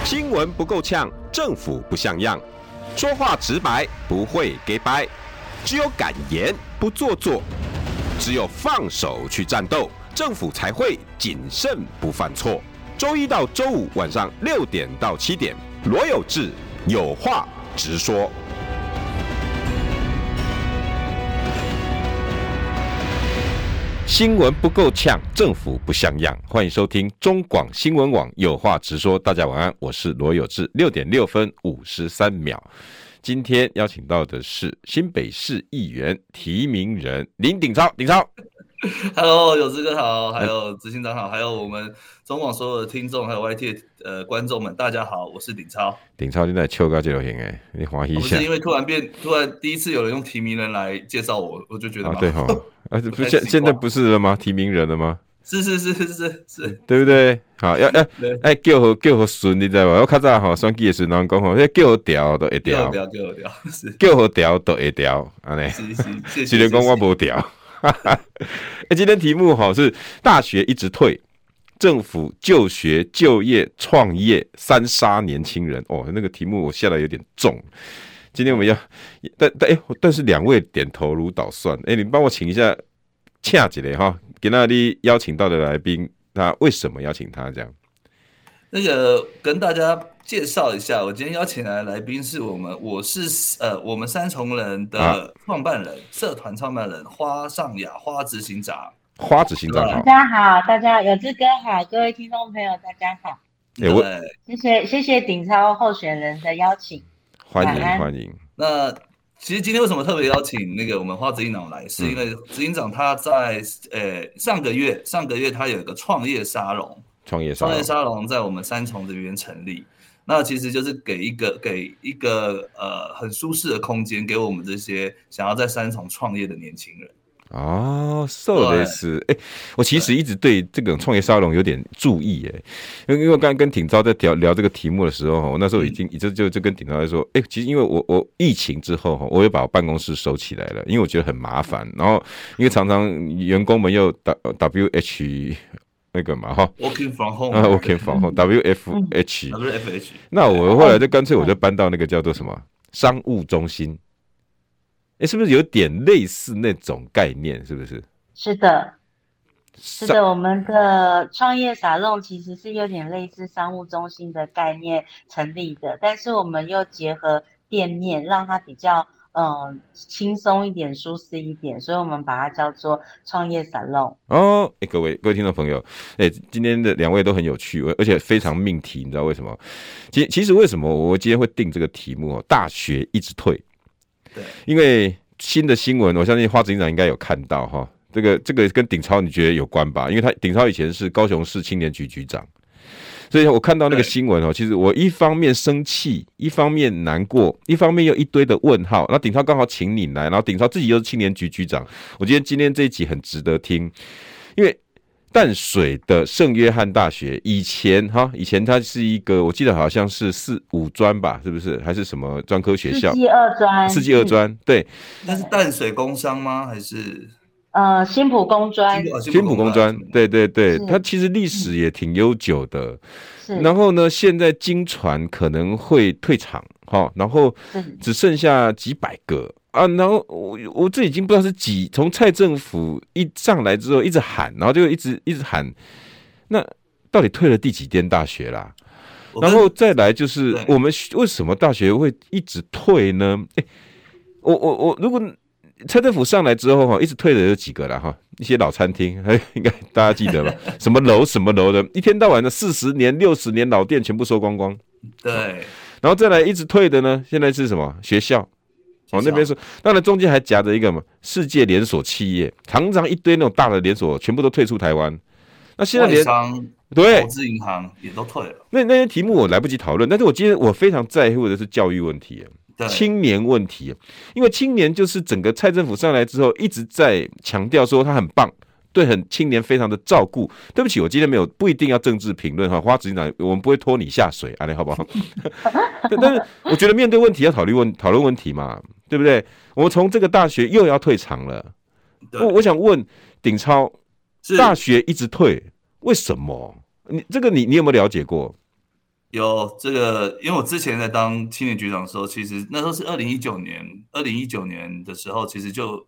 新闻不够呛，政府不像样，说话直白，不会给掰，只有敢言不做作，只有放手去战斗，政府才会谨慎不犯错。周一到周五晚上6点到7点，罗有志有话直说。新闻不够呛，政府不像样。欢迎收听中广新闻网有话直说。大家晚安，我是罗有志。6点6分53秒。今天邀请到的是新北市议员提名人林鼎超，鼎超。 Hello， 有志哥好，还有执行长好，还有我们中广所有的听众，还有 YT 的观众们，大家好，我是鼎超。 鼎超现在秋高这流行哎，你欢喜一下。 不是因为突然第一次有人用提名人来介绍我，我就觉得对现在不是了吗？提名人了吗？ 是， 对不对？好，叫好顺，你知道吗？我较早吼选举的时候，人讲吼，叫好调都会调，叫好调都会调，安尼。 是， 虽然讲我无调。今天题目是大学一直退，政府就学、就业、创业三杀年轻人。那个题目我下来有点重。今天我们要，但是两位点头如捣蒜。你帮我请一下，恰一下哈，给那里邀请到的来宾，他为什么邀请他这样？ 那个跟大家介绍一下，我今天邀请来的来宾是我们三重人的创办人，社团创办人花尚雅花执行长。 花执行长好， 大家好，大家有志哥好，各位听众朋友大家好。谢谢鼎超候选人的邀请， 欢迎。 那其实今天为什么特别邀请那个我们花执行长来，是因为执行长他在上个月他有一个创业沙龙。创业沙龙在我们三重这边成立，那其实就是给一个很舒适的空间给我们这些想要在三重创业的年轻人。 そうです。我其实一直对这个创业沙龙有点注意因为刚刚跟鼎超在聊这个题目的时候，那时候已经就跟鼎超在说，其实因为我疫情之后我又把我办公室收起来了，因为我觉得很麻烦，然后因为常常员工们又 WH。那个嘛 ，Working from home，Working from home，WFH。那我后来就干脆我就搬到那个叫做什么商务中心，是不是有点类似那种概念？是不是？ 是的，我们的创业沙龙其实是有点类似商务中心的概念成立的，但是我们又结合店面，让它比较轻松一点，舒适一点，所以我们把它叫做创业沙龙。 各位听众朋友，今天的两位都很有趣，而且非常命题，你知道为什么？其实为什么我今天会定这个题目？大学一直退， 对， 因为新的新闻，我相信花执行长应该有看到哈。这个跟鼎超你觉得有关吧？因为鼎超以前是高雄市青年局局长。所以我看到那个新闻其实我一方面生气，一方面难过，一方面又一堆的问号。那鼎超刚好请你来，然后鼎超自己又是青年局局长，我觉得今天这一集很值得听，因为淡水的圣约翰大学以前它是一个，我记得好像是4-5专吧，是不是？还是什么专科学校？世纪二专，对。 那是淡水工商吗？还是？ 新埔工专， 对，它其实历史也挺悠久的。然后呢，现在经传可能会退场，然后只剩下几百个啊。然后我这已经不知道是从蔡政府一上来之后一直喊，然后就一直喊，那到底退了第几间大学啦？然后再来就是我们为什么大学会一直退呢？我如果蔡政府上来之后一直退的有几个啦一些老餐厅，应该大家记得吧？什么楼的，一天到晚的40年、60年老店全部收光光。 对， 然后再来一直退的呢，现在是什么学校？那边是，当然中间还夹着一个世界连锁企业，常常一堆那种大的连锁全部都退出台湾。那现在连对投资银行也都退了。 那些题目我来不及讨论，但是我今天我非常在乎的是教育问题。青年问题，因为青年就是整个蔡政府上来之后一直在强调说他很棒，对青年非常的照顾。对不起，我今天不一定要政治评论花执行长，我们不会拖你下水，好不好？但是我觉得面对问题要讨论问题嘛，对不对？我们从这个大学又要退场了，我想问鼎超，大学一直退，为什么？你有没有了解过？ 有这个，因为我之前在当青年局长的时候，其实那时候是2019年的时候，其实就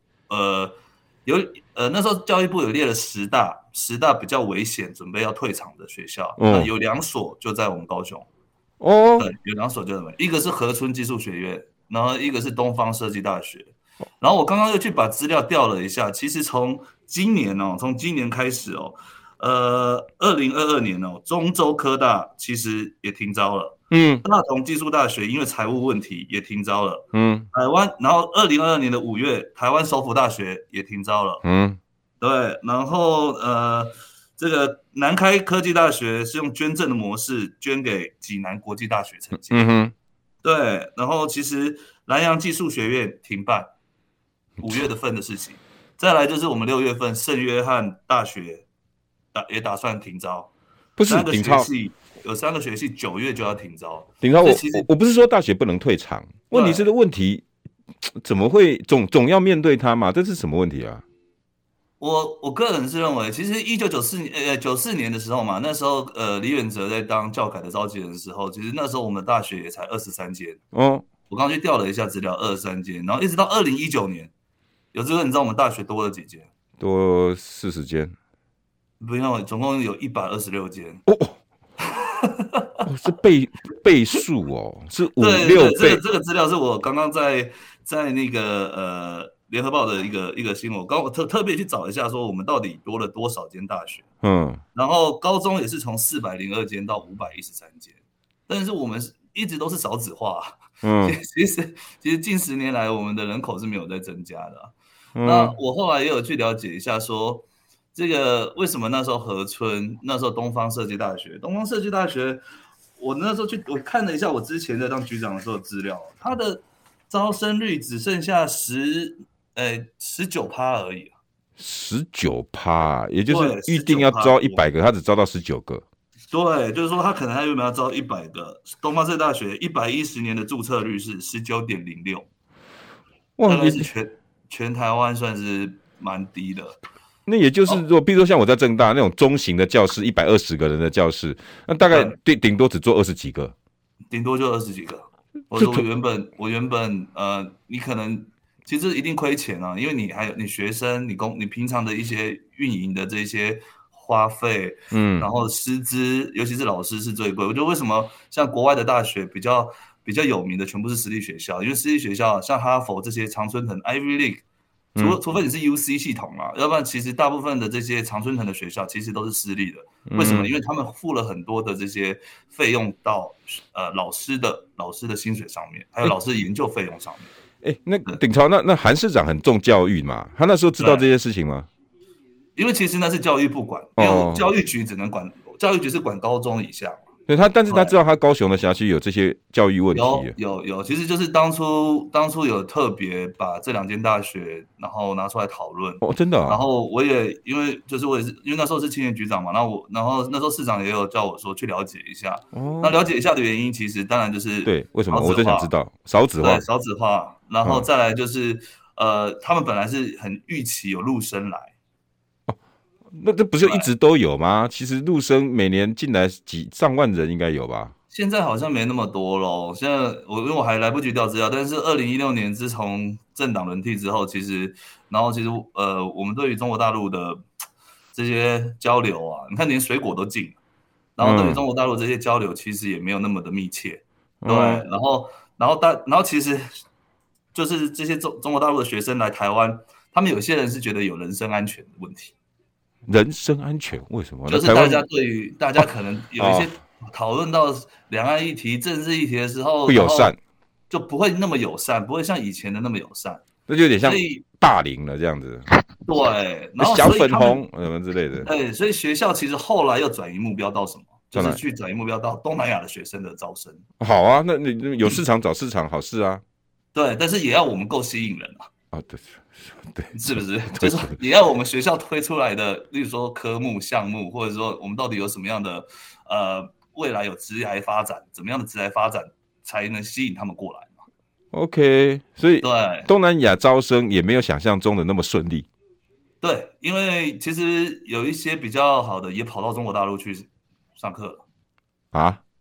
那时候教育部有列了10大比较危险，准备要退场的学校，那有2所就在我们高雄。对，有2所就在我们，一个是和春技术学院，然后一个是东方设计大学。然后我刚刚又去把资料调了一下，其实从今年开始2022年中州科大其实也停招了，大同技术大学因为财务问题也停招了，台湾，然后2022年的5月，台湾首府大学也停招了，对，然后这个南开科技大学是用捐赠的模式捐给济南国际大学承接，对，然后其实南洋技术学院停办，5月份的事情。再来就是我们6月份圣约翰大学也打算停招， 不是停招， 有3个学系9月就要停招。 停招，我不是说大学不能退场，问题是的问题怎么会总要面对它嘛？这是什么问题啊？ 我个人是认为，其实1994年的时候嘛，那时候李远哲在当教改的召集人的时候，其实那时候我们的大学也才23间。我刚去调了一下资料，23间，然后一直到2019年，有这个你知道我们大学多了几间？ 多40间。 不用，总共有126间。 是倍数哦，是5、6倍。 这个资料是我刚刚在那个联合报的一个新闻，我特别去找一下，说我们到底多了多少间大学。然后高中也是从402间到513间，但是我们一直都是少子化。其实近10年来我们的人口是没有在增加的。那我后来也有去了解一下说，这个为什么那时候和春，那时候东方设计大学，我那时候我看了一下我之前在当局长的时候的资料，它的招生率只剩下19% 而已。 19%，也就是预定要招100个，他只招到19个。 对，就是说他可能他原本要招100个，东方设计大学110年的注册率是 19.06%， 大概是全台湾算是蛮低的。 那也就是说，比如说像我在政大那种中型的教室，120个人的教室，那大概顶多只做20几个， 顶多就20几个。我原本你可能其实一定亏钱啊，因为你还有你学生，你平常的一些运营的这些花费，然后师资，尤其是老师是最贵。我觉得为什么像国外的大学比较有名的全部是私立学校，因为私立学校像哈佛这些常春藤 Ivy League。除非你是 UC 系统啦，要不然其实大部分的这些常春藤的学校其实都是私立的。为什么？因为他们付了很多的这些费用到老师的薪水上面，还有老师的研究费用上面。 那鼎超，那韩市长很重教育嘛？他那时候知道这些事情吗？ 因为其实那是教育部管，因为教育局只能管，教育局是管高中以下。 对但是他知道他高雄的辖区有这些教育问题。 有，其实就是当初有特别把这2间大学然后拿出来讨论。 真的然后我也因为那时候是青年局长嘛，然后那时候市长也有叫我说去了解一下。那了解一下的原因，其实当然就是对，为什么我真想知道少子化。 对，少子化，然后再来就是他们本来是很预期有陆生来。 那这不是一直都有吗？其实陆生每年进来上万人应该有吧？ 现在好像没那么多咯。现在因为我还来不及调资料，但是2016年自从政党轮替之后，其实我们对于中国大陆的这些交流啊，你看连水果都进了，然后对于中国大陆这些交流其实也没有那么的密切。对，然后其实就是这些中国大陆的学生来台湾，他们有些人是觉得有人身安全的问题。 人身安全为什么？ 就是大家可能有一些讨论到两岸议题、政治议题的时候不友善， 就不会那么友善，不会像以前的那么友善， 那就有点像霸凌了这样子。 对，然后小粉红什么之类的。 对，所以学校其实后来又转移目标到什么？就是去转移目标到东南亚的学生的招生。 好啊，那你有市场找市场，好事啊。 对，但是也要我们够吸引人啊。 对， 是不是？就是也要我们学校推出来的，例如说科目、项目，或者说我们到底有什么样的未来有职业发展，怎么样的职业发展才能吸引他们过来嘛 ？OK， 所以对东南亚招生也没有想象中的那么顺利。 对，因为其实有一些比较好的也跑到中国大陆去上课了。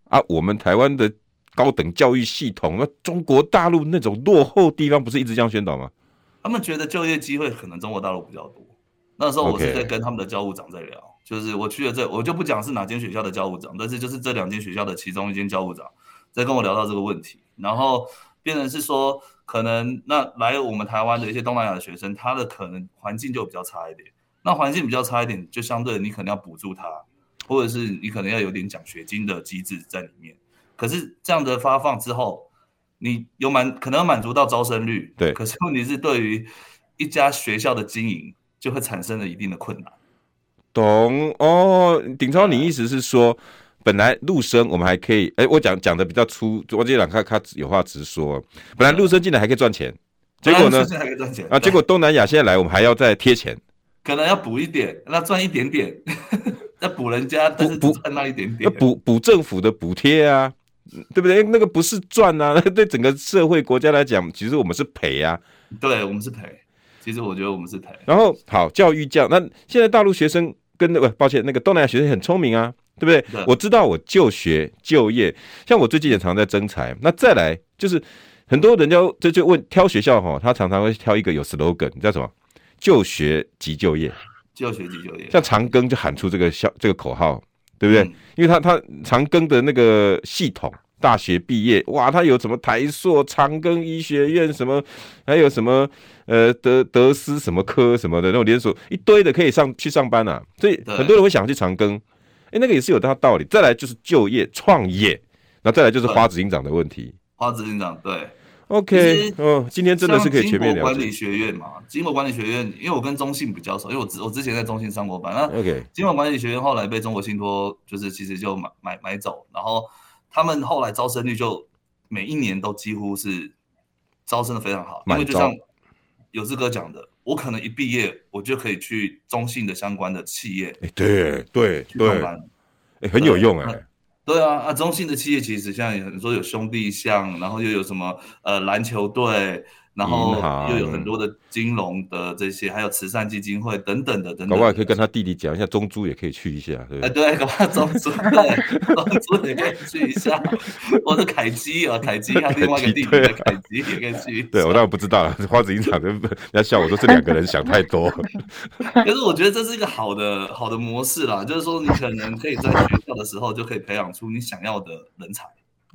啊，我们台湾的高等教育系统，那中国大陆那种落后地方，不是一直这样宣导吗？ 他们觉得就业机会可能中国大陆比较多。那时候我是在跟他们的教务长在聊，就是我去了我就不讲是哪间学校的教务长，但是就是这2间学校的其中一间教务长在跟我聊到这个问题，然后变成是说，可能那来我们台湾的一些东南亚的学生，他的可能环境就比较差一点。那环境比较差一点，就相对你可能要补助他，或者是你可能要有点奖学金的机制在里面。可是这样的发放之后，你可能满足到招生率， 对。 可是问题是对于一家学校的经营就会产生了一定的困难。 懂哦，鼎超，你意思是说，本来陆生我们还可以，我讲的比较粗，我这两他有话直说。本来陆生进来还可以赚钱，结果呢？结果东南亚现在来，我们还要再贴钱， 可能要补一点，那赚一点点，要补人家，但是只赚那一点点， 补政府的补贴啊，对不对？那个不是赚啊，对整个社会国家来讲，其实我们是赔啊。 对，我们是赔。其实我觉得我们是赔。 然后好，教育这样，那现在大陆学生跟抱歉，那个东南亚学生很聪明啊，对不对？ 对， 我知道我就学就业，像我最近也常在征才。那再来就是很多人就问挑学校哈，他常常会挑一个有 slogan， 叫什么？就学即就业。 就学即就业。 像长庚就喊出这个口号，对不对？因为他长庚的那个系统。大学毕业，哇，他有什么台硕、长庚医学院什么，还有什么德斯什么科什么的那种连锁一堆的可以去上班啊，所以很多人会想去长庚，那个也是有它道理。再来就是就业创业，然后再来就是花子营长的问题。 花子营长对 ，OK， 今天真的是可以全面了解。 经国管理学院嘛，经国管理学院，因为我跟中信比较熟，因为我之前在中信上过班，那 OK， 经国管理学院后来被中国信托就是其实就买走，然后。他们后来招生率就每一年都几乎是招生的非常好，因为就像有志哥讲的，我可能一毕业我就可以去中信的相关的企业， 对， 去上班， 很有用对啊，中信的企业其实现在很多有兄弟象，然后又有什么篮球队。然后又有很多的金融的这些，还有慈善基金会等等的。 搞不好也可以跟他弟弟讲一下，中珠也可以去一下，对不对？ 对，搞不好中珠也可以去一下。我是凯基啊，凯基还有另外一个弟弟的凯基也可以去。 对，我当然不知道，花子营长人家笑我说这2个人想太多。 可是我觉得这是一个好的模式啦，就是说你可能可以在学校的时候就可以培养出你想要的人才。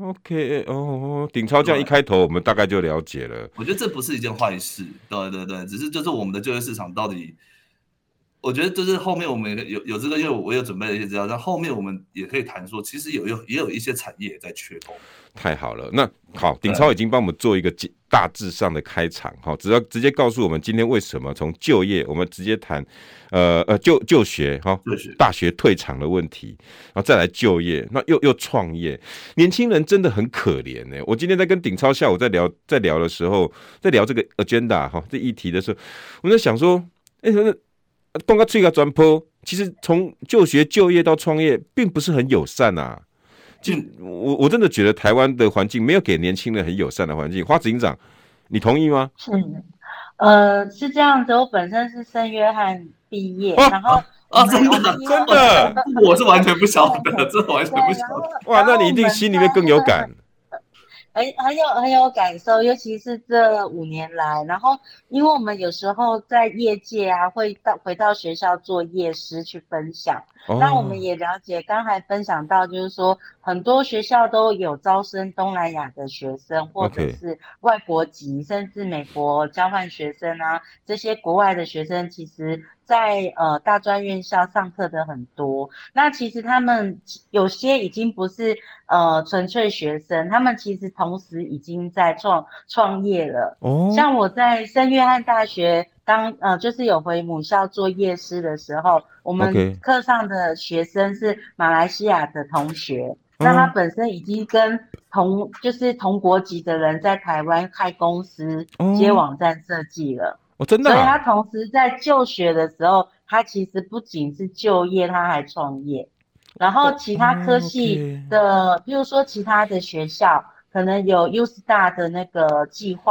OK， 鼎超这样一开头，我们大概就了解了。 我觉得这不是一件坏事，对，只是就是我们的就业市场到底，我觉得就是后面我们有这个，因为我有准备了一些资料，但后面我们也可以谈说，其实也有一些产业在缺工。 太好了，那好，鼎超已经帮我们做一个大致上的开场，只要直接告诉我们今天为什么从就业，我们直接谈就学大学退场的问题，然后再来就业，那又创业，年轻人真的很可怜呢。我今天在跟鼎超下午在聊的时候，在聊这个 agenda 这议题的时候，我在想说，讲到最个转坡，其实从就学就业到创业，并不是很友善啊。我真的觉得台湾的环境没有给年轻人很友善的环境。花子营长，你同意吗？ 是这样子。我本身是圣约翰毕业，然后真的，我是完全不晓得，这完全不晓得。 哇，那你一定心里面更有感。 很有感受，尤其是这5年来，然后因为我们有时候在业界啊，会回到学校做业师去分享，那我们也了解，刚才分享到就是说，很多学校都有招生东南亚的学生，或者是外国籍，甚至美国交换学生啊，这些国外的学生，其实在大专院校上课的很多。那其实他们有些已经不是纯粹学生，他们其实同时已经在创业了。像我在圣约翰大学就是有回母校做业师的时候，我们课上的学生是马来西亚的同学，那他本身已经跟就是同国籍的人在台湾开公司接网站设计了。 真的所以他同时在就学的时候，他其实不仅是就业，他还创业。然后其他科系的，比如说其他的学校可能有 U Star 的那个计划，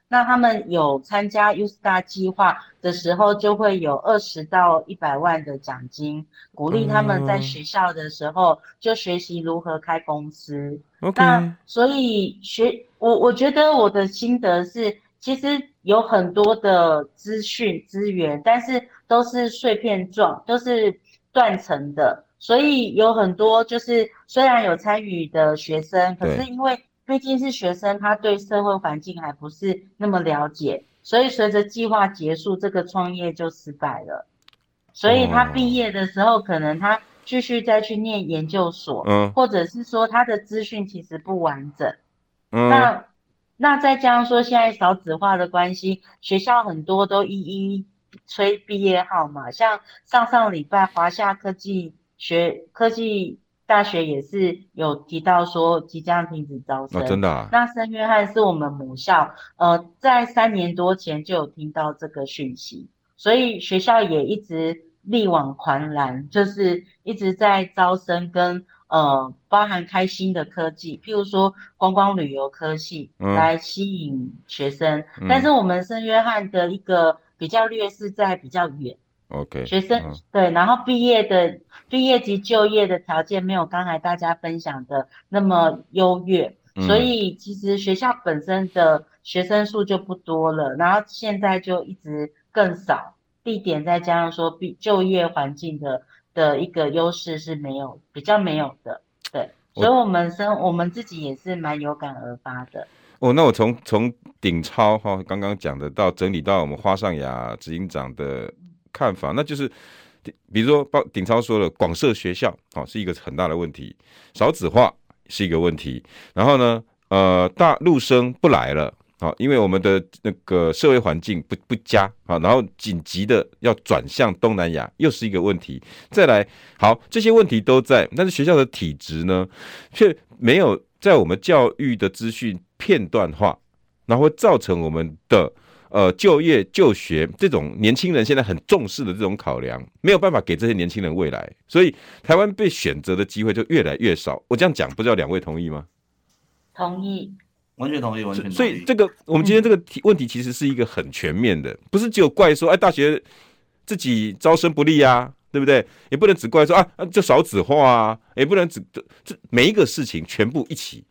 那他们有参加 U-Star 计划的时候，就会有20到100万的奖金，鼓励他们在学校的时候就学习如何开公司。那所以我觉得我的心得是，其实有很多的资讯资源，但是都是碎片状，都是断层的，所以有很多就是虽然有参与的学生，可是因为毕竟是学生，他对社会环境还不是那么了解，所以随着计划结束，这个创业就失败了。所以他毕业的时候，可能他继续再去念研究所，或者是说他的资讯其实不完整。那再加上说现在少子化的关系，学校很多都一一催毕业号码，像上礼拜华夏科技大学也是有提到说即将停止招生。 真的啊？ 那圣约翰是我们母校，在3年多前就有听到这个讯息，所以学校也一直力挽狂澜，就是一直在招生跟包含开新的科技，譬如说观光旅游科系来吸引学生，但是我们圣约翰的一个比较劣势在比较远。 OK， 学生对，然后毕业及就业的条件没有刚才大家分享的那么优越，所以其实学校本身的学生数就不多了，然后现在就一直更少，地点再加上说就业环境的一个优势是比较没有的，对，所以我们自己也是蛮有感而发的。 那我从鼎超刚刚讲的到整理到我们花上雅执行长的看法，那就是比如说鼎超说了，广设学校是一个很大的问题，少子化是一个问题，然后呢大陆生不来了，因为我们的那个社会环境不佳，然后紧急的要转向东南亚又是一个问题，再来好，这些问题都在，但是学校的体质呢却没有在我们教育的资讯片段化，然后会造成我们的就业就学这种年轻人现在很重视的这种考量，没有办法给这些年轻人未来，所以台湾被选择的机会就越来越少。我这样讲，不知道2位同意吗？ 同意， 完全同意，完全同意。 所以我们今天这个问题其实是一个很全面的，不是只有怪说大学自己招生不力啊，对不对？也不能只怪说就少子化啊，也不能这每一个事情全部一起。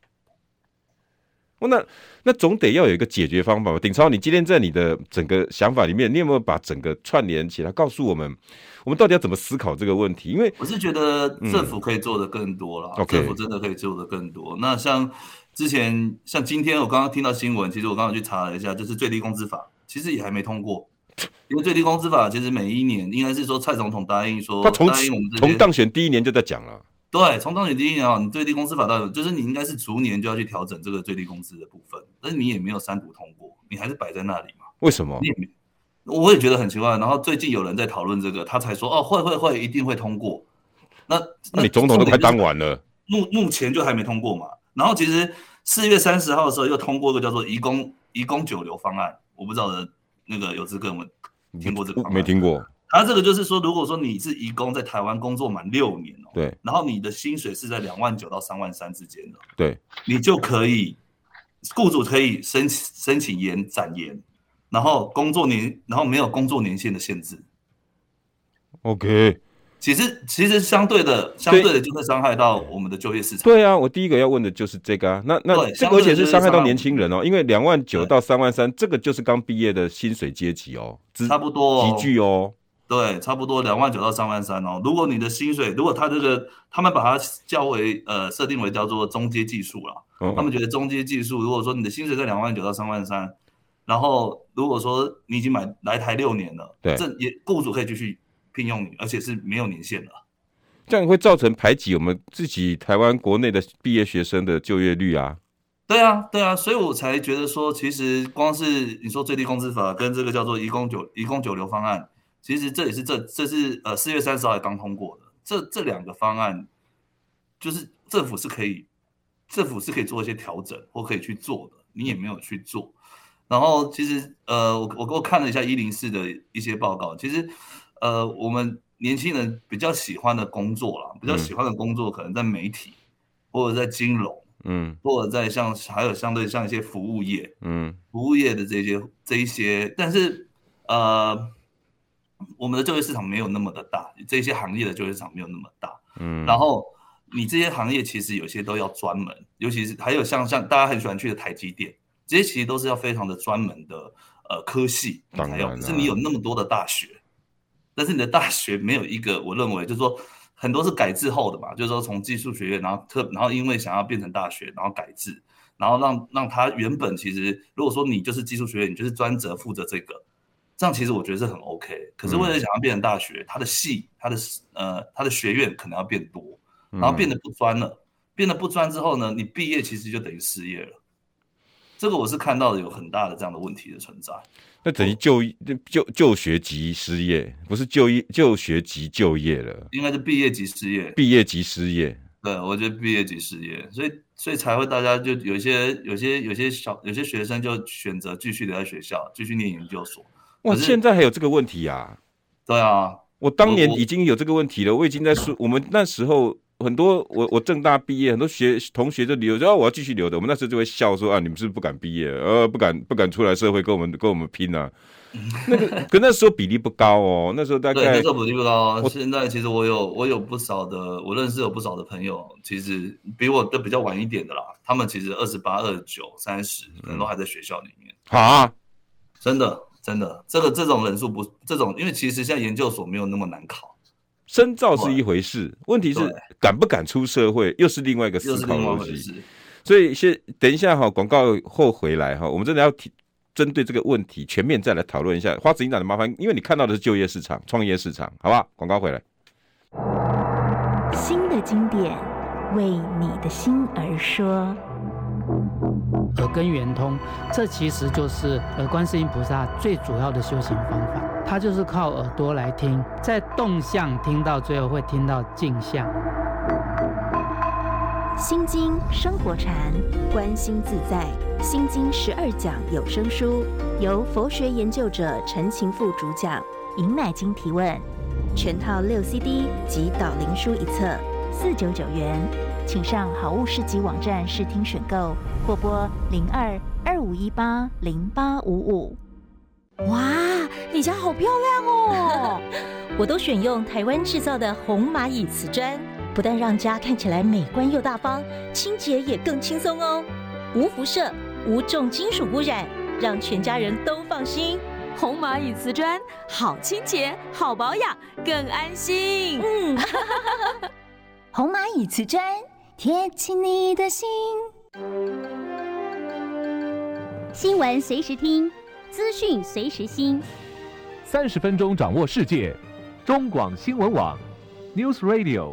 那总得要有一个解决方法吧。鼎超，你今天在你的整个想法里面，你有没有把整个串联起来，告诉我们到底要怎么思考这个问题？因为我是觉得政府可以做的更多啦，政府真的可以做的更多。那像今天我刚刚听到新闻，其实我刚刚去查了一下，就是最低工资法，其实也还没通过。因为最低工资法其实每一年应该是说蔡总统答应说， 他从当选第1年就在讲了。 对，从当选第1年你最低工资法就是你应该是逐年就要去调整这个最低工资的部分，但是你也没有3读通过，你还是摆在那里嘛？ 为什么？ 我也觉得很奇怪。然后最近有人在讨论这个，他才说会一定会通过。那你总统都快当完了， 目前就还没通过嘛。然后其实4月30号的时候又通过一个叫做移工久留方案，我不知道的那个有资格有没有听过这个方案？ 没听过。 他这个就是说，如果说你是移工在台湾工作满6年对， 然后你的薪水是在29000到33000之间的， 对， 你就可以，雇主可以申请展延，然后没有工作年限的限制。 OK， 其实相对的就会伤害到我们的就业市场。 对啊，我第一个要问的就是这个啊，那这个而且是伤害到年轻人因为29000到33000，这个就是刚毕业的薪水阶级差不多集聚对，差不多29000到33000如果你的薪水，如果他们把它设定为叫做中阶技术啦，他们觉得中阶技术，如果说你的薪水在29000到33000，然后如果说你已经来台6年了， 对， 雇主可以继续聘用你，而且是没有年限的。 这样会造成排挤我们自己台湾国内的毕业学生的就业率啊。 对啊，所以我才觉得说，其实光是你说最低工资法跟这个叫做移工久留方案。其实这也是这是4月30号也刚通过的，这2个方案，就是政府是可以做一些调整或可以去做的，你也没有去做。然后其实我看了一下104的一些报告，其实我们年轻人比较喜欢的工作啦，比较喜欢的工作可能在媒体或者在金融， 或者还有相对像一些服务业，服务业的这一些，但是我们的就业市场没有那么的大，这些行业的就业市场没有那么大，然后你这些行业其实有些都要专门，尤其是还有像大家很喜欢去的台积电，这些其实都是要非常的专门的科系才有，可是你有那么多的大学，但是你的大学没有一个，我认为就是说很多是改制后的嘛，就是说从技术学院，然后因为想要变成大学，然后改制，然后让他原本其实如果说你就是技术学院，你就是专责负责这个，这样其实我觉得是很 OK。可是为了想要变成大学，他的系，他的学院可能要变多，然后变得不专了，变得不专之后呢，你毕业其实就等于失业了。这个我是看到的有很大的这样的问题的存在。 那等于就学即失业，不是就学即就业了， 应该是毕业即失业。 毕业即失业， 对，我觉得毕业即失业，所以才会大家就有些学生就选择继续留在学校，继续念研究所。 哇，现在还有这个问题啊？ 对啊， 我当年已经有这个问题了，我已经在说，我们那时候很多我政大毕业，很多同学就留着，我要继续留的。我们那时候就会笑说啊，你们是不是不敢毕业，不敢出来社会跟我们拼啊。可那时候比例不高哦，那时候大概对，那时候比例不高。现在其实我有不少的，我认识有不少的朋友，其实比我的比较晚一点的啦，他们其实28、29、30，可能都还在学校里面啊， 真的。这种人数因为其实现在研究所没有那么难考， 深造是一回事，问题是敢不敢出社会又是另外一个思考逻辑。所以等一下广告后回来我们真的要针对这个问题全面再来讨论一下花子营长的麻烦，因为你看到的是就业市场、创业市场，好不好？广告回来。 新的经典为你的心而说。 耳根圆通，这其实就是观世音菩萨最主要的修行方法，它就是靠耳朵来听，在动向听到最后会听到静相。 心经生活禅，观心自在。心经12讲有声书，由佛学研究者陈勤富主讲，尹乃菁提问，全套6 CD 及导灵书一册，499元。请上好物市集网站试听选购，或拨02-2518-0855。 哇，你家好漂亮哦！我都选用台湾制造的红蚂蚁瓷砖，不但让家看起来美观又大方，清洁也更轻松哦。无辐射，无重金属污染，让全家人都放心。红蚂蚁瓷砖，好清洁，好保养，更安心。 红蚂蚁瓷砖。贴近你的心， 新闻随时听，资讯随时新 ，30分钟掌握世界。中广新闻网 News Radio。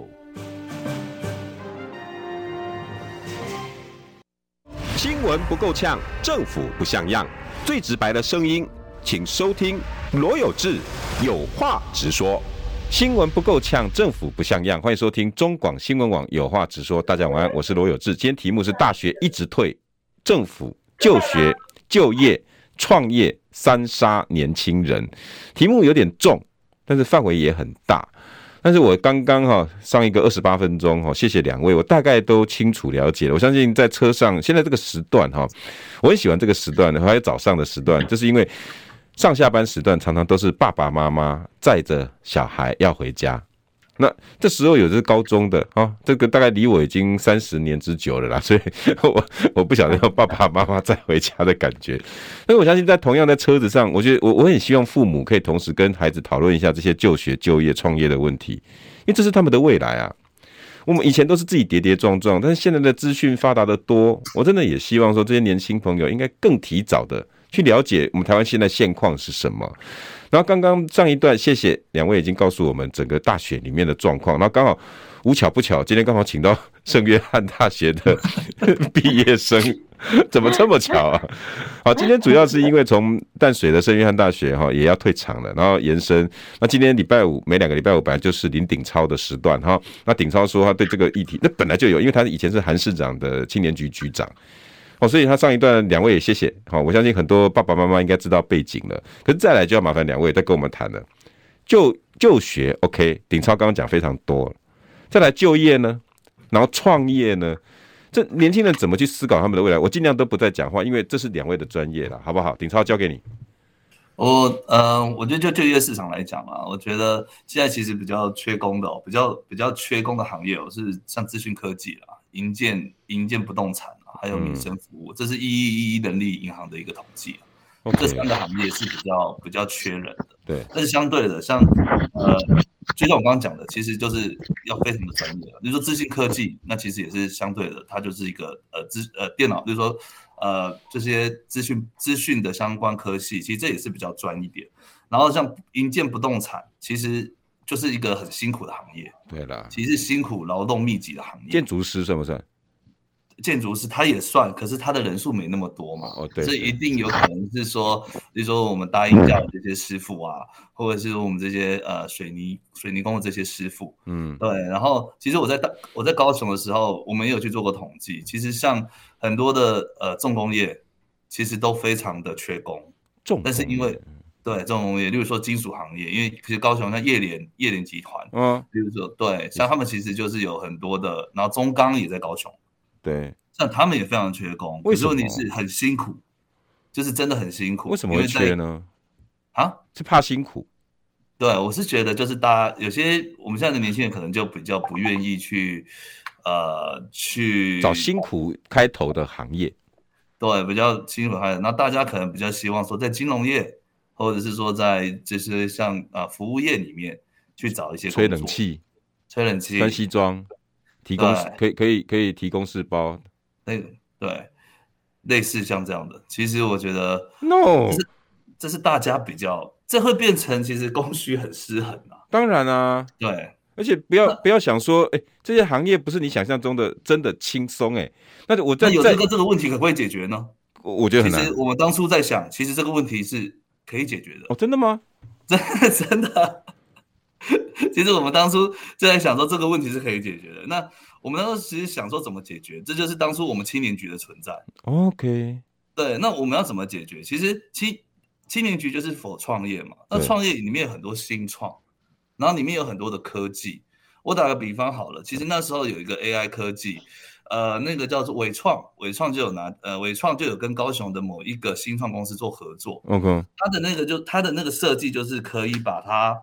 新闻不够呛，政府不像样，最直白的声音，请收听罗有志有话直说。 新闻不够呛，政府不像样，欢迎收听中广新闻网有话直说。大家晚安，我是罗有志。今天题目是大学一直退，政府就学、就业、创业3杀年轻人。题目有点重，但是范围也很大。但是我刚刚上一个28分钟谢谢2位，我大概都清楚了解了。我相信在车上现在这个时段我很喜欢这个时段，还有早上的时段，就是因为上下班时段常常都是爸爸妈妈载着小孩要回家，那这时候有的是高中的这个大概离我已经30年之久了啦，所以我不晓得有爸爸妈妈载回家的感觉。但是我相信在同样在车子上，我觉得我很希望父母可以同时跟孩子讨论一下这些就学、就业、创业的问题，因为这是他们的未来啊。我们以前都是自己跌跌撞撞，但是现在的资讯发达的多，我真的也希望说这些年轻朋友应该更提早的去了解我们台湾现在现况是什么。然后刚刚上一段，谢谢2位已经告诉我们整个大学里面的状况。然后刚好无巧不巧，今天刚好请到圣约翰大学的毕业生，怎么这么巧啊？好，今天主要是因为从淡水的圣约翰大学也要退场了，然后延伸。那今天礼拜五，每2个礼拜五本来就是林鼎超的时段那鼎超说他对这个议题，那本来就有，因为他以前是韩市长的青年局局长。所以他上一段2位也谢谢我相信很多爸爸妈妈应该知道背景了。可是再来就要麻烦2位再跟我们谈了。就学 OK， 鼎超刚刚讲非常多了。再来就业呢，然后创业呢， 这年轻人怎么去思考他们的未来？我尽量都不再讲话，因为这是2位的专业了，好不好？鼎超交给你。 我觉得就业市场来讲啊，我觉得现在其实比较缺工的比较缺工的行业是像资讯科技啦、营建不动产还有民生服务，这是111人力银行的一个统计。这3个行业是比较缺人的。 对， 但是相对的，像就像我刚刚讲的，其实就是要非常的专业。比如说资讯科技，那其实也是相对的，它就是一个电脑，就是说这些资讯的相关科系，其实这也是比较专一点。然后像营建不动产，其实就是一个很辛苦的行业。对啦，其实是辛苦劳动密集的行业。 建筑师算不算？ 建筑师他也算，可是他的人数没那么多嘛，对，所以一定有可能是说，比如说我们搭营架的这些师傅啊，或者是我们这些水泥工的这些师傅，对。然后其实我在高雄的时候，我们也有去做过统计，其实像很多的重工业，其实都非常的缺工，但是因为对重工业，例如说金属行业，因为其实高雄像叶联集团，比如说对，像他们其实就是有很多的，然后中钢也在高雄。对，像他们也非常缺工，可是问题是很辛苦，就是真的很辛苦。 为什么会缺呢？是怕辛苦。 对，我是觉得就是大家有些我们现在的年轻人可能就比较不愿意去找辛苦开头的行业。 对，比较辛苦开头，那大家可能比较希望说在金融业，或者是说在这些像服务业里面去找一些工作，吹冷气、 穿西装。提供可以提供4包， 对，类似像这样的，其实我觉得 no， 这是大家比较，这会变成其实供需很失衡啊。 当然啊， 对， 而且不要想说，这些行业不是你想象中的真的轻松那我有这个问题可不可以解决呢？ 我觉得很难。 其实我们当初在想，其实这个问题是可以解决的。 真的吗？ 真的。其实我们当初就在想说这个问题是可以解决的。那我们当时其实想说怎么解决，这就是当初我们青年局的存在。 OK， 对，那我们要怎么解决？其实青年局就是for创业嘛。那创业里面有很多新创，然后里面有很多的科技。我打个比方好了，其实那时候有一个 AI 科技，那个叫做伟创就有跟高雄的某一个新创公司做合作。 OK， 它的那个设计就是可以把它。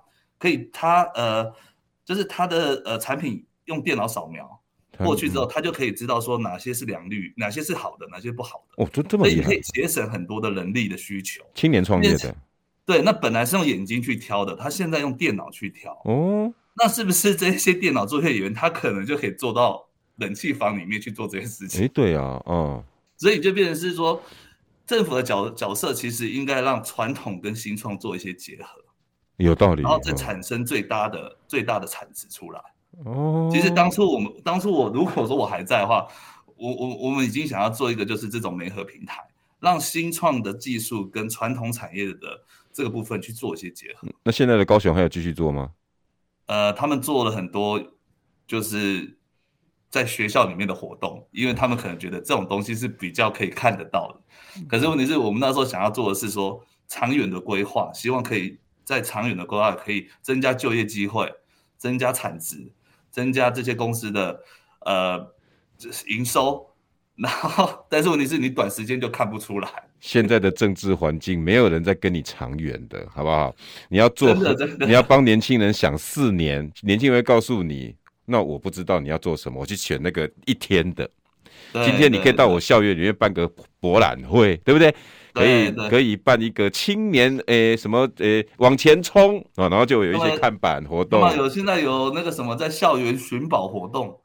就是它的产品用电脑扫描过去之后，它就可以知道说哪些是良率，哪些是好的，哪些不好的。 这么厉害， 所以可以节省很多的人力的需求。 青年创业的， 对，那本来是用眼睛去挑的，他现在用电脑去挑。那是不是这些电脑作业员他可能就可以做到冷气房里面去做这件事情？ 对啊， 所以就变成是说，政府的角色其实应该让传统跟新创做一些结合。 有道理， 然后再产生最大的产值出来。其实当初我如果说我还在的话，我们已经想要做一个就是这种媒合平台，让新创的技术跟传统产业的这个部分去做一些结合。 那现在的高雄还有继续做吗？ 他们做了很多就是在学校里面的活动，因为他们可能觉得这种东西是比较可以看得到的。可是问题是我们那时候想要做的是说长远的规划，希望可以在长远的规划可以增加就业机会，增加产值，增加这些公司的营收，然后但是问题是你短时间就看不出来。 现在的政治环境，没有人在跟你长远的，好不好？你要做，你要帮年轻人想4年，年轻人会告诉你，那我不知道你要做什么，我去选那个1天的。今天你可以到我校园里面办个博览会，对不对？可以办一个青年往前冲然后就有一些看板活动。 现在有那个什么在校园寻宝活动，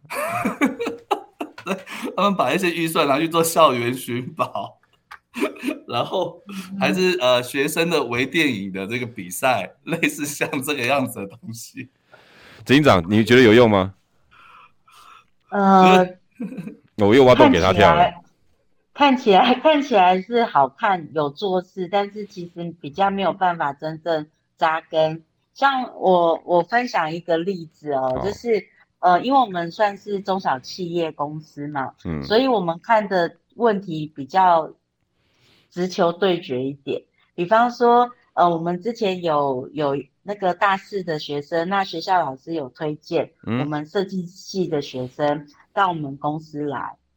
他们把一些预算拿去做校园寻宝，然后还是学生的微电影的这个比赛，类似像这个样子的东西。 执行长，你觉得有用吗？我又挖洞给他跳了。 看起来是好看有做事，但是其实比较没有办法真正扎根。像我分享一个例子就是因为我们算是中小企业公司嘛，所以我们看的问题比较直球对决一点。比方说我们之前有那个大4的学生，那学校老师有推荐我们设计系的学生到我们公司来。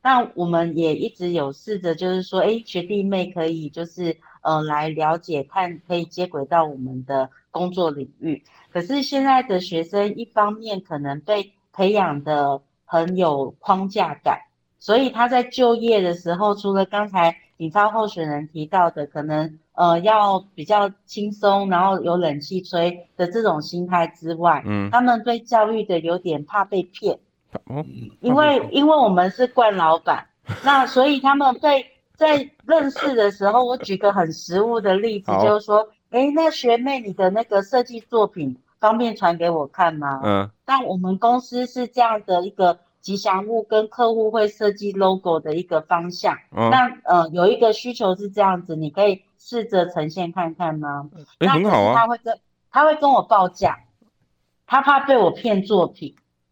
那我们也一直有试着就是说学弟妹可以就是来了解看可以接轨到我们的工作领域。可是现在的学生一方面可能被培养的很有框架感，所以他在就业的时候，除了刚才鼎超候选人提到的可能要比较轻松，然后有冷气吹的这种心态之外，他们对教育的有点怕被骗，因为我们是惯老板，那所以他们在认识的时候，我举个很实务的例子，就是说那学妹你的那个设计作品方便传给我看吗？但我们公司是这样的一个吉祥物跟客户会设计 logo 的一个方向，那有一个需求是这样子，你可以试着呈现看看吗？那很好啊。 他会跟我报价，他怕被我骗作品。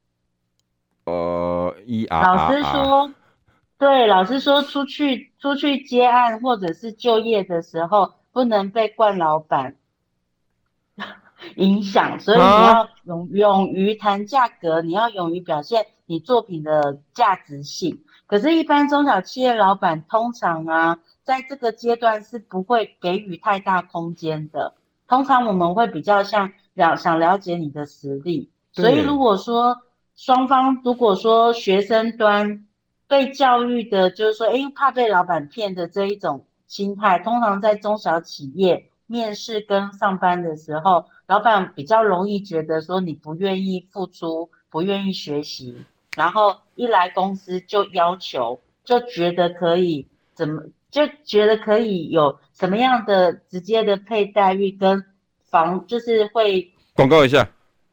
老师说，对，老师说出去接案或者是就业的时候，不能被惯老板影响，所以你要勇于谈价格，你要勇于表现你作品的价值性。可是，一般中小企业老板通常在这个阶段是不会给予太大空间的。通常我们会比较想了解你的实力，所以如果说双方学生端被教育的，就是说，怕被老板骗的这一种心态，通常在中小企业面试跟上班的时候，老板比较容易觉得说你不愿意付出，不愿意学习，然后一来公司就要求，就觉得可以有什么样的直接的配待遇跟就是会广告一下。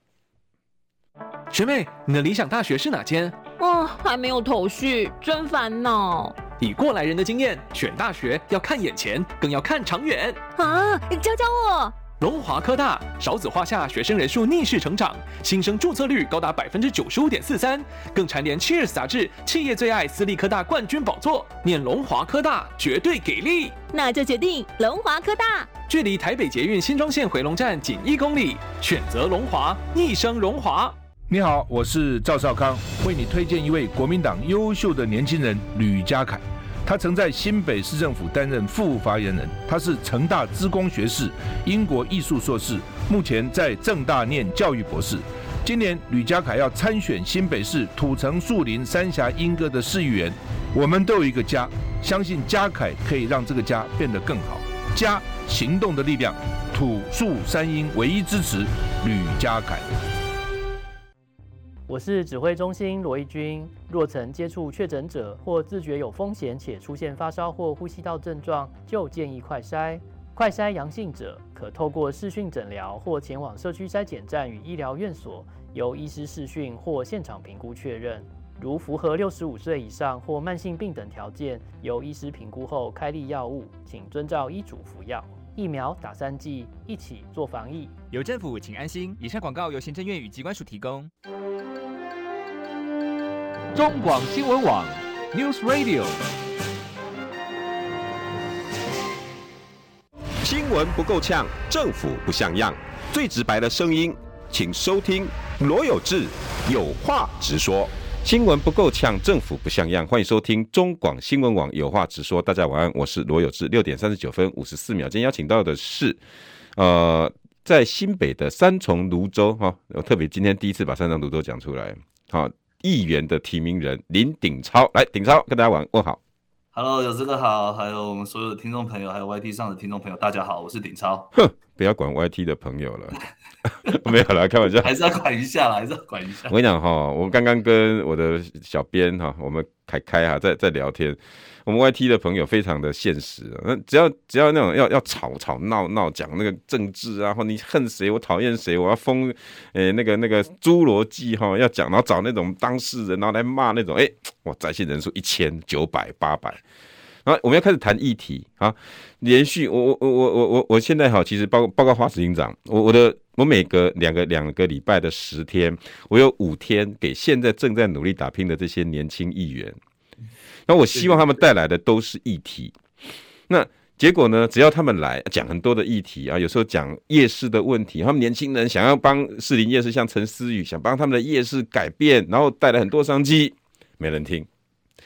学妹，你的理想大学是哪间？ 还没有头绪，真烦恼。 以过来人的经验，选大学要看眼前，更要看长远啊！教教我。 龙华科大少子化下，学生人数逆势成长，新生注册率高达95.43%，更蝉联 Cheers 杂志企业最爱私立科大冠军宝座。念龙华科大绝对给力， 那就决定龙华科大。 距离台北捷运新庄线回龙站仅1公里，选择龙华，一生荣华。 你好，我是赵少康，为你推荐一位国民党优秀的年轻人吕家凯。他曾在新北市政府担任副发言人，他是成大资工学士、英国艺术硕士，目前在政大念教育博士。今年吕家凯要参选新北市土城树林三峡莺歌的市议员。我们都有一个家，相信家凯可以让这个家变得更好。家，行动的力量，土树三莺唯一支持吕家凯。 我是指挥中心罗义军。若曾接触确诊者或自觉有风险且出现发烧或呼吸道症状，就建议快筛。快筛阳性者可透过视讯诊疗或前往社区筛检站与医疗院所，由医师视讯或现场评估确认。如符合65岁以上或慢性病等条件，由医师评估后开立药物，请遵照医嘱服药。疫苗打3剂，一起做防疫。 有政府，请安心。以上广告由行政院与疾管署提供。 中广新闻网 News Radio。 新闻不够呛，政府不像样，最直白的声音，请收听罗有志有话直说。 新闻不够呛，政府不像样，欢迎收听中广新闻网有话直说。大家晚安，我是罗有志。6点39分54秒，今天邀请到的是在新北的三重芦洲我特别今天第一次把三重芦洲讲出来议员的提名人林鼎超，来，鼎超跟大家问好。 Hello， 有志哥好，还有我们所有的听众朋友，还有 YT 上的听众朋友，大家好，我是鼎超。 不要管 YT 的朋友了，没有啦，开玩笑， 还是要管一下啦，还是要管一下。 我跟你讲我刚刚跟我的小编我们凯在聊天。我们 YT 的朋友非常的现实，只要那种要吵闹讲那个政治啊，或你恨谁，我讨厌谁，我要封那个侏罗纪要讲，然后找那种当事人，然后来骂那种哇，在线人数1000、900、800。然后我们要开始谈议题连续我现在其实包括花执行长，我每个两个礼拜的10天，我有5天给现在正在努力打拼的这些年轻议员。那我希望他们带来的都是议题，那结果呢？只要他们来讲很多的议题有时候讲夜市的问题，他们年轻人想要帮士林夜市，像陈思宇想帮他们的夜市改变，然后带来很多商机，没人听。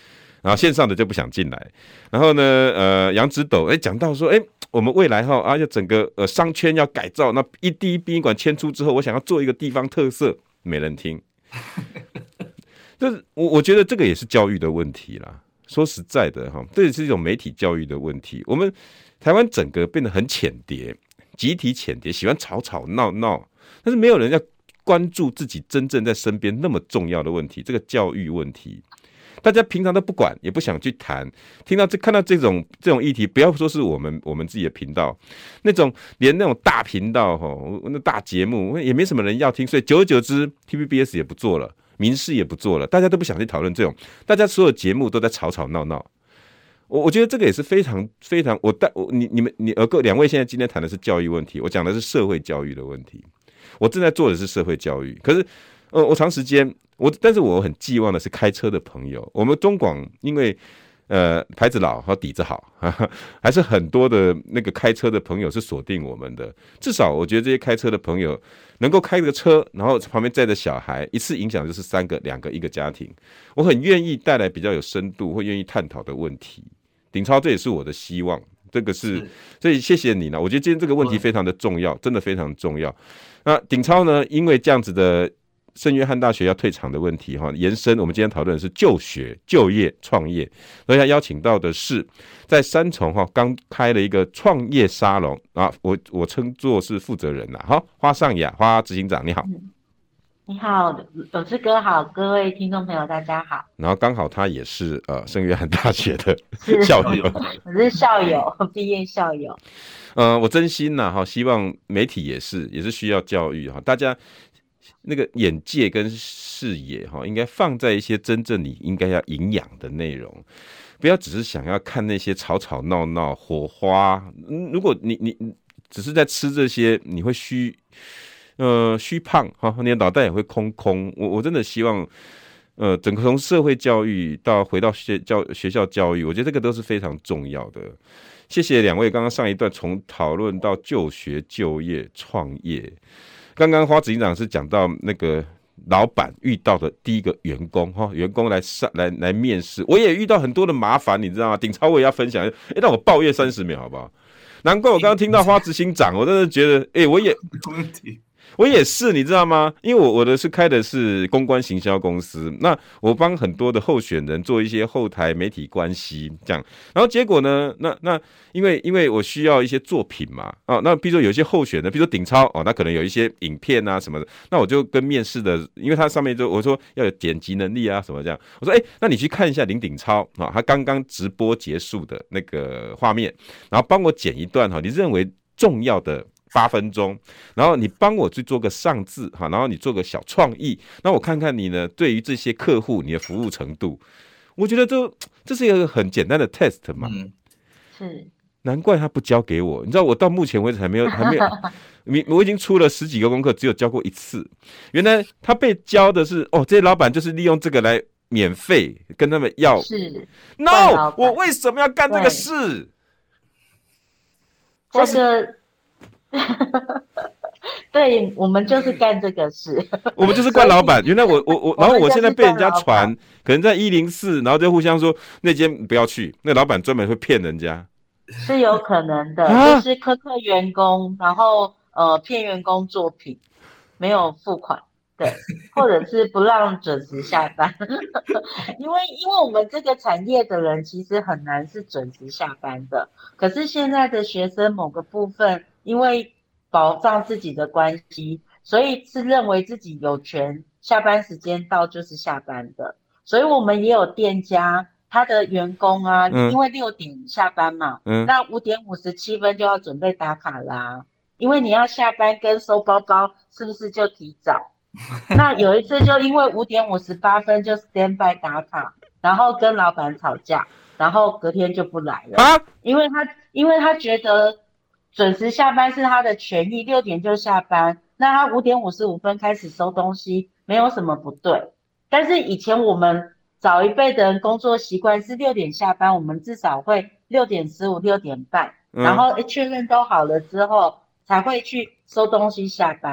然后线上的就不想进来。然后呢，杨指斗讲到说，我们未来要整个商圈要改造，那第一殡仪馆迁出之后，我想要做一个地方特色，没人听。就是我觉得这个也是教育的问题啦。说实在的这也是一种媒体教育的问题。我们台湾整个变得很浅碟，集体浅碟，喜欢吵吵闹闹，但是没有人要关注自己真正在身边那么重要的问题，这个教育问题。大家平常都不管，也不想去谈。看到这种议题，不要说是我们自己的频道，连那种大频道那大节目也没什么人要听，所以久而久之 ，TVBS 也不做了，民视也不做了，大家都不想去讨论这种，大家所有节目都在吵吵闹闹。我觉得这个也是非常非常，你两位现在今天谈的是教育问题，我讲的是社会教育的问题。我正在做的是社会教育，可是我长时间但是我很寄望的是开车的朋友。我们中广因为牌子老和底子好，还是很多的那个开车的朋友是锁定我们的。至少我觉得这些开车的朋友能够开个车，然后旁边载着小孩，一次影响就是3个、2个一个家庭。我很愿意带来比较有深度或愿意探讨的问题。鼎超，这也是我的希望。这个是，所以谢谢你呢。我觉得今天这个问题非常的重要，真的非常重要。那鼎超呢，因为这样子的圣约翰大学要退场的问题延伸，我们今天讨论的是就学、就业、创业。所以他邀请到的是在三重刚开了一个创业沙龙啊，我称作是负责人啦。花尚雅，花执行长你好。 你好，有志哥好，各位听众朋友大家好。 然后刚好他也是圣约翰大学的校友， 我是校友，毕业校友。 我真心希望媒体也是需要教育大家那个眼界跟视野应该放在一些真正你应该要营养的内容，不要只是想要看那些吵吵闹闹火花。如果你只是在吃这些，你会虚胖你的脑袋也会空。我真的希望整个从社会教育到回到学校教育，我觉得这个都是非常重要的。谢谢两位，刚刚上一段从讨论到就学、就业、创业。刚刚花执行长是讲到那个老板遇到的第一个员工来面试，我也遇到很多的麻烦，你知道吗？鼎超我也要分享，让我抱怨30秒好不好？难怪我刚刚听到花执行长，我真的觉得我也是，你知道吗？因为我的是开的是公关行销公司，那我帮很多的候选人做一些后台媒体关系这样，然后结果呢，那因为我需要一些作品嘛，那比如说有一些候选人，比如说鼎超那可能有一些影片啊什么的，那我就跟面试的，因为他上面就我说要有剪辑能力啊什么这样，我说那你去看一下林鼎超他刚刚直播结束的那个画面，然后帮我剪一段你认为重要的8分钟，然后你帮我去做个上字然后你做个小创意，那我看看你呢对于这些客户你的服务程度，我觉得这是一个很简单的 test 嘛。 是，难怪他不交给我，你知道我到目前为止还没有我已经出了10几个功课，只有交过1次。原来他被教的是这些老板就是利用这个来免费跟他们要。 是 ，No， 我为什么要干这个事？ 这个。对，我们就是干这个事， 我们就是怪老板。原来我然后我现在被人家传，可能在104，然后就互相说那间不要去，那老板专门会骗人家， 是有可能的，就是苛刻员工，然后骗员工作品，没有付款，对，或者是不让准时下班，因为我们这个产业的人其实很难是准时下班的，可是现在的学生某个部分。因为保障自己的关系，所以是认为自己有权下班时间到就是下班的，所以我们也有店家，他的员工啊，因为6点下班嘛，那5点57分就要准备打卡啦，因为你要下班跟收包包是不是就提早？那有一次就因为5点58分就 stand by 打卡，然后跟老板吵架，然后隔天就不来了，因为他觉得。准时下班是他的权益，6点就下班，那他5点55分开始收东西，没有什么不对。但是以前我们早一辈的人工作习惯是6点下班，我们至少会6点15、6点半，然后确认都好了之后才会去收东西下班。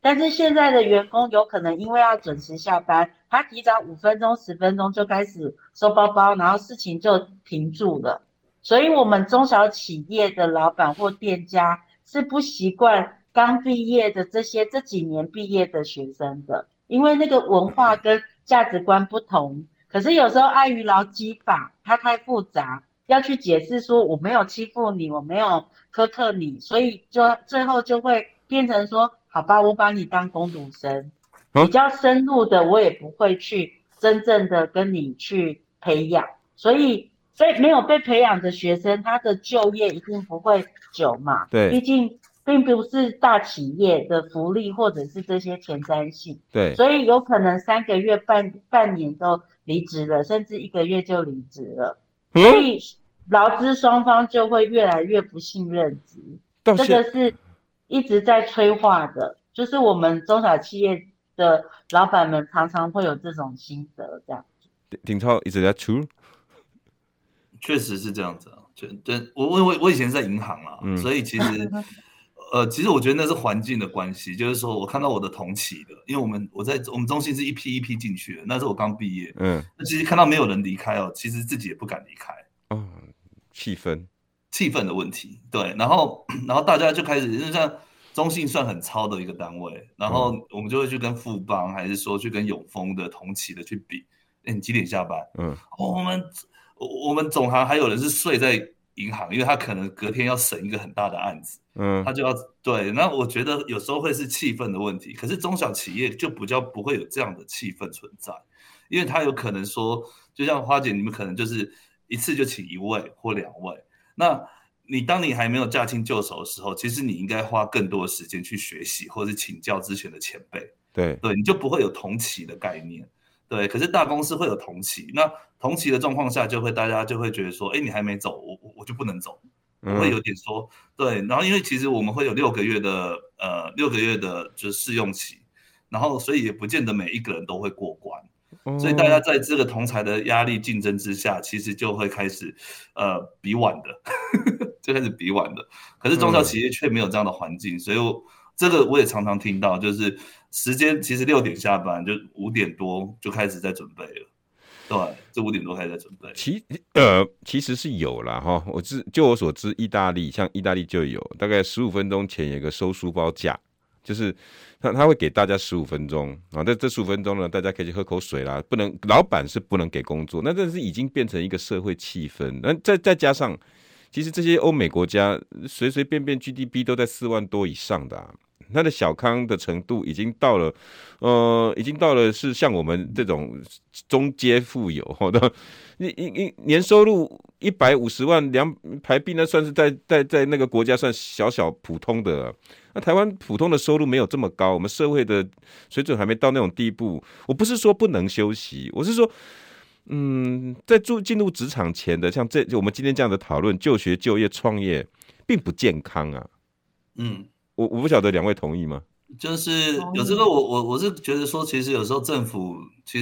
但是现在的员工有可能因为要准时下班，他提早5分钟、10分钟就开始收包包，然后事情就停住了。所以我们中小企业的老板或店家是不习惯刚毕业的这几年毕业的学生的，因为那个文化跟价值观不同。可是有时候碍于劳基法它太复杂，要去解释说我没有欺负你，我没有苛刻你，所以就最后就会变成说好吧，我把你当工读生，比较深入的我也不会去真正的跟你去培养，所以没有被培养的学生，他的就业一定不会久嘛。 对， 毕竟并不是大企业的福利或者是这些前瞻性。 对， 所以有可能3个月、半年都离职了，甚至1个月就离职了。所以劳资双方就会越来越不信任职，这个是一直在催化的，就是我们中小企业的老板们常常会有这种心得，这样子。 鼎超 ，Is that true？ 确实是这样子啊，我以前是在银行啊，所以其实我觉得那是环境的关系，就是说我看到我的同期的，因为我们中心是一批一批进去的，那是我刚毕业，那其实看到没有人离开哦，其实自己也不敢离开， 气氛的问题，对，然后大家就开始，就像中信算很超的一个单位，然后我们就会去跟富邦，还是说去跟永丰的同期的去比，你几点下班？我们总行还有人是睡在银行，因为他可能隔天要审一个很大的案子，他就要对。那我觉得有时候会是气氛的问题，可是中小企业就比较不会有这样的气氛存在，因为他有可能说，就像花姐，你们可能就是一次就请1位或2位，那当你还没有驾轻就熟的时候，其实你应该花更多的时间去学习，或是请教之前的前辈， 对， 你就不会有同期的概念。对，可是大公司会有同期，那同期的状况下，大家就会觉得说，你还没走，我就不能走，我会有点说，对，然后因为其实我们会有6个月的就是试用期，然后所以也不见得每一个人都会过关，所以大家在这个同侪的压力竞争之下，其实就会开始比碗的，就开始比碗的，可是中小企业却没有这样的环境，所以这个我也常常听到，就是时间其实6点下班，就5点多就开始在准备了。对，这5点多开始在准备。 其实是有啦哈，就我所知，意大利就有，大概15分钟前有一个收书包架，就是他会给大家15分钟啊，这15分钟呢，大家可以去喝口水啦，老板是不能给工作，那这是已经变成一个社会气氛，那再加上。其实这些欧美国家随随便便 GDP 都在4万多以上的它的小康的程度已经到了是像我们这种中阶富有的，年收入150万台币，那算是在那个国家算小普通的。那台湾普通的收入没有这么高，我们社会的水准还没到那种地步。我不是说不能休息，我是说。在进入职场前的，像我们今天这样的讨论，就学、就业、创业，并不健康啊。我不晓得2位同意吗？ 就是有这个，我是觉得说，其实有时候政府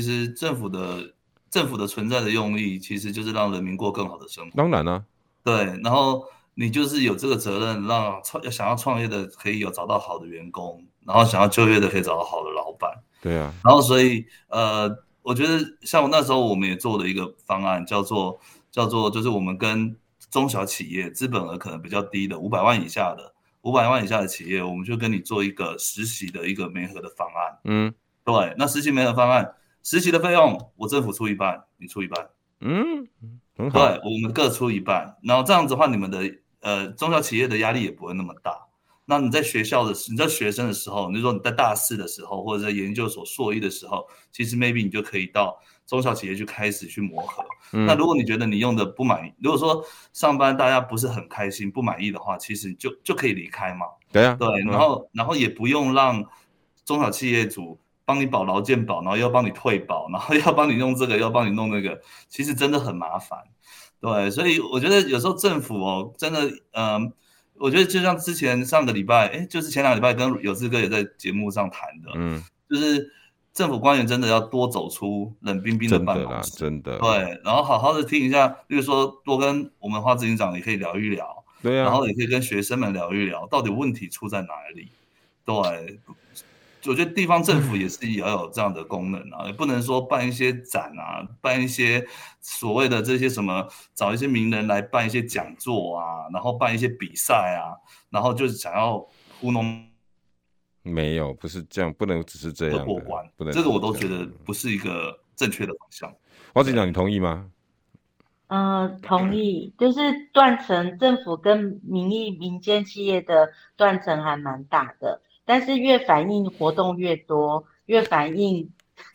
的存在的用意，其实就是让人民过更好的生活。 当然啊， 对，然后你就是有这个责任，让想要创业的可以找到好的员工，然后想要就业的可以找到好的老板。 对啊， 然后所以我觉得像那时候我们也做了一个方案，叫做就是我们跟中小企业资本额可能比较低的500万以下的企业，我们就跟你做一个实习的一个媒合的方案。对，那实习媒合方案，实习的费用我政府出一半，你出一半。 很好。 对，我们各出一半，然后这样子的话，你们的中小企业的压力也不会那么大。那你在学生的时候，你说你在大4的时候，或者在研究所硕1的时候，其实 maybe 你就可以到中小企业去开始去磨合。那如果你觉得你用的不满意，如果说上班大家不是很开心、不满意的话，其实就可以离开嘛。 对啊， 对，然后也不用让中小企业主帮你保劳健保，然后又要帮你退保，然后要帮你弄这个，要帮你弄那个，其实真的很麻烦。对，所以我觉得有时候政府真的我觉得就像之前上个礼拜，就是前2个礼拜跟有志哥也在节目上谈的，就是政府官员真的要多走出冷冰冰的办公室， 真的， 对，然后好好的听一下，比如说多跟我们花执行长也可以聊一聊， 对啊， 然后也可以跟学生们聊一聊，到底问题出在哪里，对， 我觉得地方政府也是要有这样的功能啊，也不能说办一些展啊，办一些所谓的这些什么，找一些名人来办一些讲座啊，然后办一些比赛啊，然后就是想要糊弄。 没有，不是这样，不能只是这样的过关， 不能这个我都觉得不是一个正确的方向。 花执行长，你同意吗？ 同意，就是断层，政府跟民间企业的断层还蛮大的，但是越反映活动越多，越反映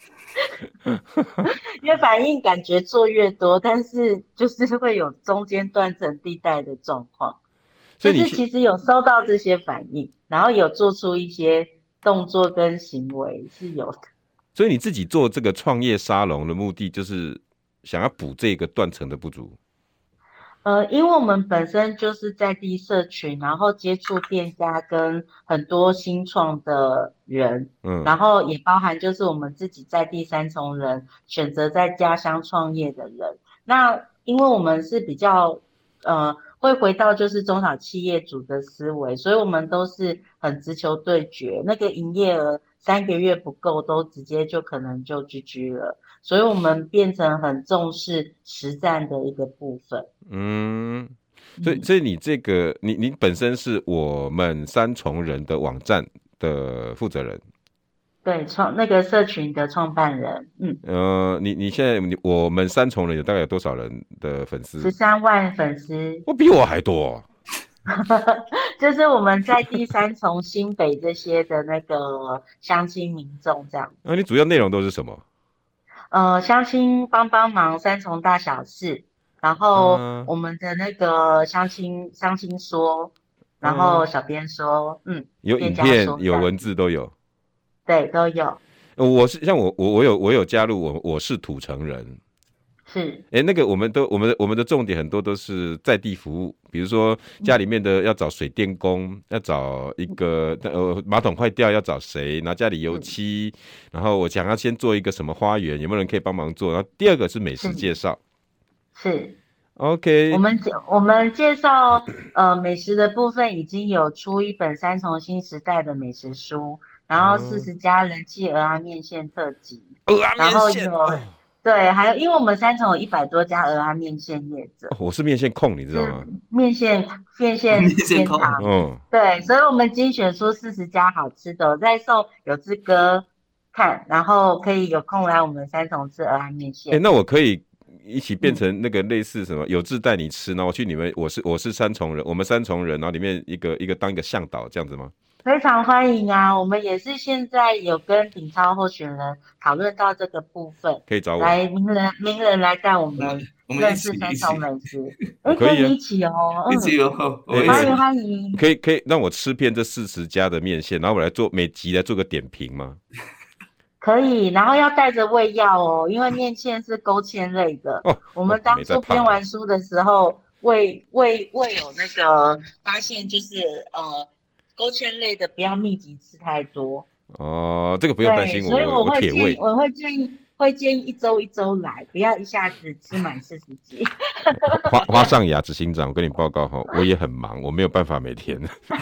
感觉做越多，但是就是会有中间断层地带的状况。就是其实有收到这些反应，然后有做出一些动作跟行为是有的。 所以你自己做这个创业沙龙的目的，就是想要补这个断层的不足。 因为我们本身就是在地社群，然后接触店家跟很多新创的人，然后也包含就是我们自己在地三重人选择在家乡创业的人。那因为我们是比较会回到就是中小企业主的思维，所以我们都是很直球对决，那个营业额3个月不够都直接就可能就 GG 了，所以我们变成很重视实战的一个部分。 所以你这个你本身是我们三重人的网站的负责人。 对，那个社群的创办人。 你现在我们三重人有大概有多少人的粉丝 ？13万粉丝。 比我还多。 就是我们在第三重新北这些的那个乡亲民众这样。 你主要内容都是什么？ 乡亲帮忙三重大小事，然后我们的那个乡亲说，然后小编说， 有影片有文字都有。 对，都有。 我有加入我是土城人。 是。 那个我们的重点很多都是在地服务，比如说家里面的要找水电工，要找一个马桶坏掉要找谁，然后家里油漆，然后我想要先做一个什么花园，有没有人可以帮忙做？然后第二个是美食介绍。 是。 OK。 我们介绍美食的部分已经有出一本三重新时代的美食书。然后40家人气蚵仔面线特辑，然后对，还有因为我们三重有100多家蚵仔面线业者， 我是面线控，你知道吗？ 面线天堂，对，所以我们精选出40家好吃的，我在送有志哥看，然后可以有空来我们三重吃蚵仔面线。 那我可以一起变成那个类似什么有志带你吃，然后我去你们我是三重人，我们三重人，然后里面一个当一个向导这样子吗？ 非常欢迎啊！我们也是现在有跟鼎超候选人讨论到这个部分， 可以找我来名人来带我们认识三重美食。可以一起哦， 一起哦， 欢迎。 可以让我吃遍这40家的面线，然后我来做每集来做个点评吗？ 可以，然后要带着胃药哦，因为面线是勾芡类的。我们当初编完书的时候，胃有那个发现，就是勾芡类的不要密集吃太多。 这个不用担心， 所以我铁胃。 我会建议1周来，不要一下子吃满40集。 花上雅执行长，我跟你报告哈，我也很忙，我没有办法每天。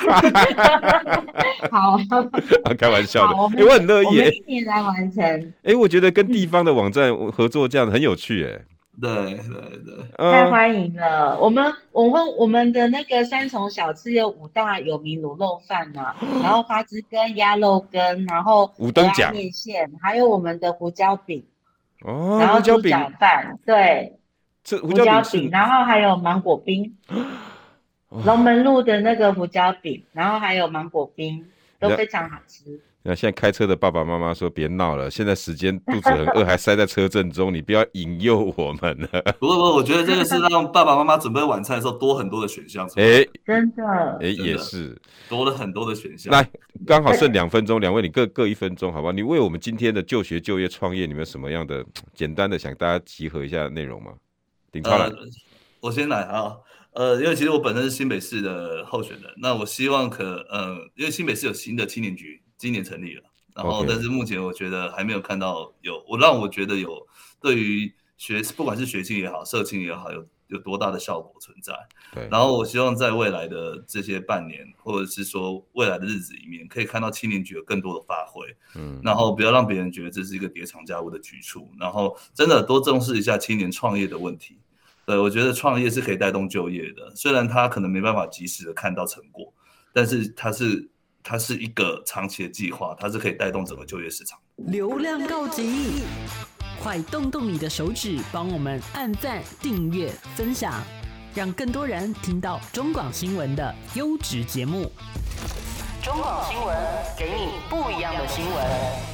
好， 开玩笑的，我很乐意。 我们1年来完成。 我觉得跟地方的网站合作这样很有趣对， 太欢迎了。我们的那个三重小吃有5大有名卤肉饭嘛，然后花枝羹、鸭肉羹，然后五灯奖面线，还有我们的胡椒饼， 然后猪脚饭，对，胡椒饼，然后还有芒果冰，龙门路的那个胡椒饼，然后还有芒果冰，都非常好吃。 那现在开车的爸爸妈妈说别闹了，现在时间肚子很饿，还塞在车阵中，你不要引诱我们了。 不过我觉得这个是让爸爸妈妈准备晚餐的时候多很多的选项。 真的， 也是多了很多的选项。 来，刚好剩2分钟，2位你各1分钟，好吧？你为我们今天的就学、就业、创业，你们有什么样的简单的想大家集合一下内容吗？鼎超来， 我先来啊。因为其实我本身是新北市的候选人，那我希望因为新北市有新的青年局。今年成立了，然后但是目前我觉得还没有看到让我觉得有对于不管是学青也好，社青也好， 有多大的效果存在。 对， 然后我希望在未来的这些半年，或者是说未来的日子里面，可以看到青年局有更多的发挥，然后不要让别人觉得这是一个叠床架屋的局处，然后真的多重视一下青年创业的问题。对，我觉得创业是可以带动就业的，虽然它可能没办法及时的看到成果，但是它是一个长期的计划，它是可以带动整个就业市场。 流量告急，快动动你的手指，帮我们按赞、订阅、分享，让更多人听到中广新闻的优质节目。 中广新闻，给你不一样的新闻。